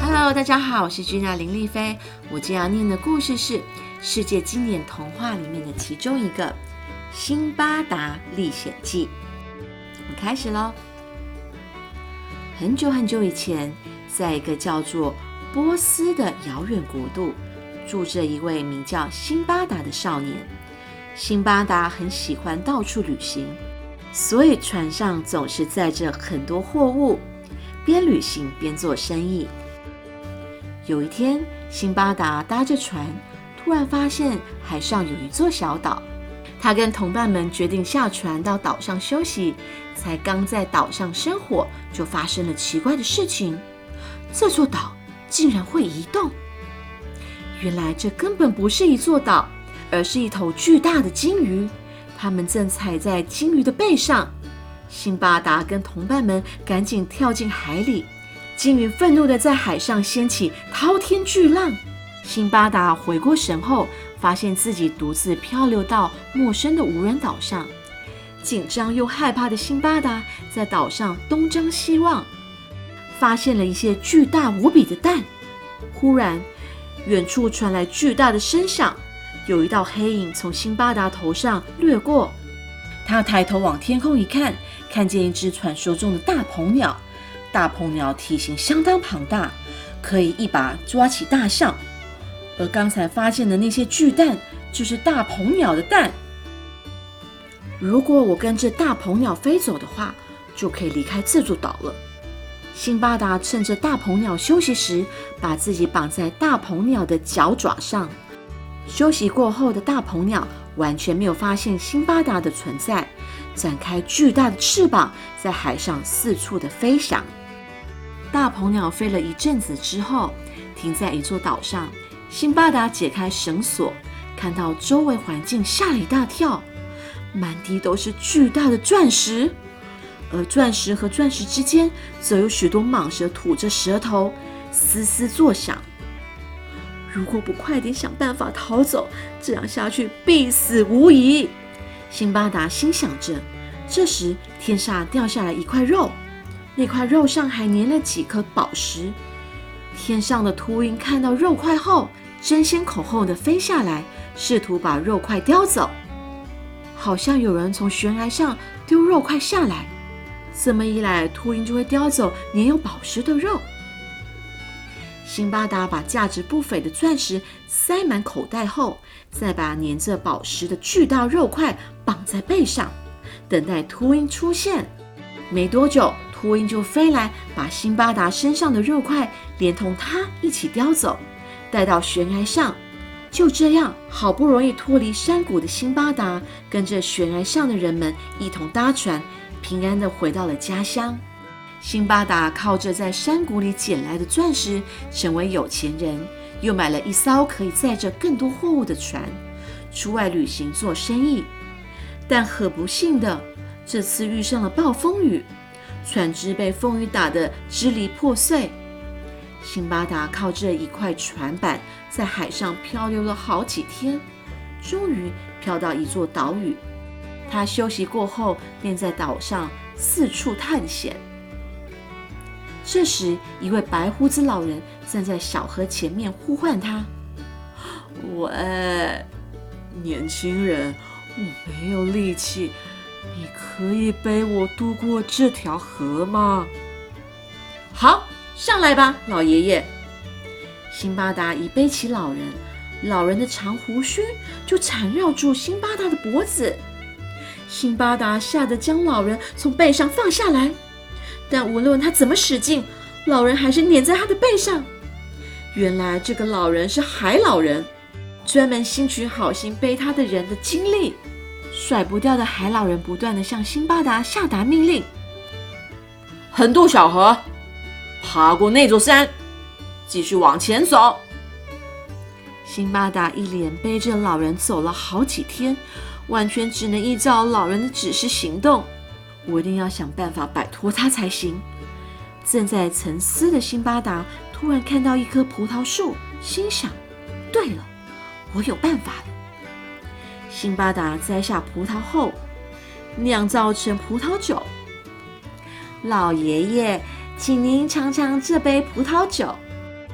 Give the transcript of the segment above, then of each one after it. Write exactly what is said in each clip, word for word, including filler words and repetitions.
Hello， 大家好，我是君娜林丽菲。我今天要念的故事是世界经典童话里面的其中一个《辛巴达历险记》。我们开始咯。很久很久以前，在一个叫做波斯的遥远国度，住着一位名叫辛巴达的少年。辛巴达很喜欢到处旅行，所以船上总是载着很多货物，边旅行边做生意。有一天，辛巴达搭着船，突然发现海上有一座小岛。他跟同伴们决定下船到岛上休息，才刚在岛上生火，就发生了奇怪的事情。这座岛竟然会移动！原来这根本不是一座岛，而是一头巨大的鲸鱼。他们正踩在鲸鱼的背上。辛巴达跟同伴们赶紧跳进海里。鲸鱼愤怒地在海上掀起滔天巨浪。辛巴达回过神后，发现自己独自漂流到陌生的无人岛上。紧张又害怕的辛巴达在岛上东张西望，发现了一些巨大无比的蛋。忽然，远处传来巨大的声响，有一道黑影从辛巴达头上掠过。他抬头往天空一看，看见一只传说中的大鹏鸟。大鹏鸟体型相当庞大，可以一把抓起大象。而刚才发现的那些巨蛋，就是大鹏鸟的蛋。如果我跟着大鹏鸟飞走的话，就可以离开这座岛了。辛巴达趁着大鹏鸟休息时，把自己绑在大鹏鸟的脚爪上。休息过后的大鹏鸟完全没有发现辛巴达的存在，展开巨大的翅膀，在海上四处的飞翔。大鹏鸟飞了一阵子之后，停在一座岛上。辛巴达解开绳索，看到周围环境，吓了一大跳，满地都是巨大的钻石，而钻石和钻石之间则有许多蟒蛇吐着舌头，嘶嘶作响。如果不快点想办法逃走，这样下去必死无疑。辛巴达心想着。这时，天上掉下来一块肉，那块肉上还粘了几颗宝石。天上的秃鹰看到肉块后，争先恐后地飞下来，试图把肉块叼走。好像有人从悬崖上丢肉块下来，这么一来，秃鹰就会叼走粘有宝石的肉。辛巴达把价值不菲的钻石塞满口袋后，再把粘着宝石的巨大肉块绑在背上，等待秃鹰出现。没多久，秃鹰就飞来，把辛巴达身上的肉块连同他一起叼走，带到悬崖上。就这样，好不容易脱离山谷的辛巴达，跟着悬崖上的人们一同搭船，平安地回到了家乡。辛巴达靠着在山谷里捡来的钻石，成为有钱人，又买了一艘可以载着更多货物的船，出外旅行做生意。但很不幸的，这次遇上了暴风雨，船只被风雨打得支离破碎。辛巴达靠着一块船板在海上漂流了好几天，终于漂到一座岛屿。他休息过后，便在岛上四处探险。这时，一位白胡子老人站在小河前面呼唤他：“喂，年轻人，我没有力气，你可以背我渡过这条河吗？”“好，上来吧，老爷爷。”辛巴达一背起老人，老人的长胡须就缠绕住辛巴达的脖子。辛巴达吓得将老人从背上放下来，但无论他怎么使劲，老人还是粘在他的背上。原来这个老人是海老人，专门兴取好心背他的人的精力。甩不掉的海老人不断地向辛巴达下达命令：“横渡小河，爬过那座山，继续往前走。”辛巴达一连背着老人走了好几天，完全只能依照老人的指示行动。我一定要想办法摆脱他才行。正在沉思的辛巴达突然看到一棵葡萄树，心想：对了，我有办法了。辛巴达摘下葡萄后，酿造成葡萄酒。老爷爷，请您尝尝这杯葡萄酒。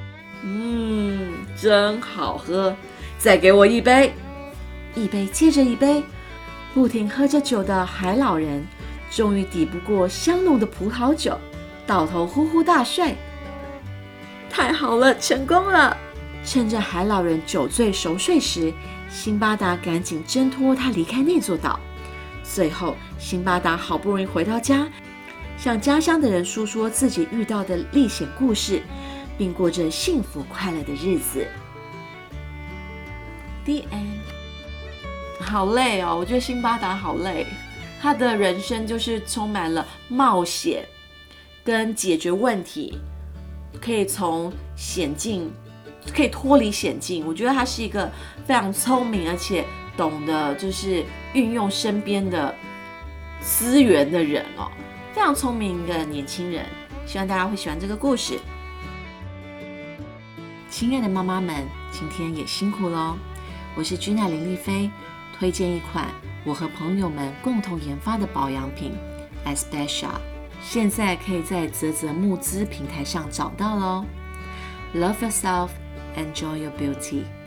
真好喝，再给我一杯。一杯接着一杯，不停喝着酒的海老人终于抵不过香浓的葡萄酒，倒头呼呼大睡。太好了，成功了！趁着海老人酒醉熟睡时，辛巴达赶紧挣脱他离开那座岛。最后，辛巴达好不容易回到家，向家乡的人诉说自己遇到的历险故事，并过着幸福快乐的日子。The end。好累哦，我觉得辛巴达好累，他的人生就是充满了冒险跟解决问题，可以从险境，可以脱离险境。我觉得他是一个非常聪明而且懂得就是运用身边的资源的人哦，非常聪明的年轻人。希望大家会喜欢这个故事。亲爱的妈妈们，今天也辛苦咯。我是君娜林丽菲，推荐一款我和朋友们共同研发的保养品 Aspecia， 现在可以在啧啧募资平台上找到咯。Love yourself, enjoy your beauty.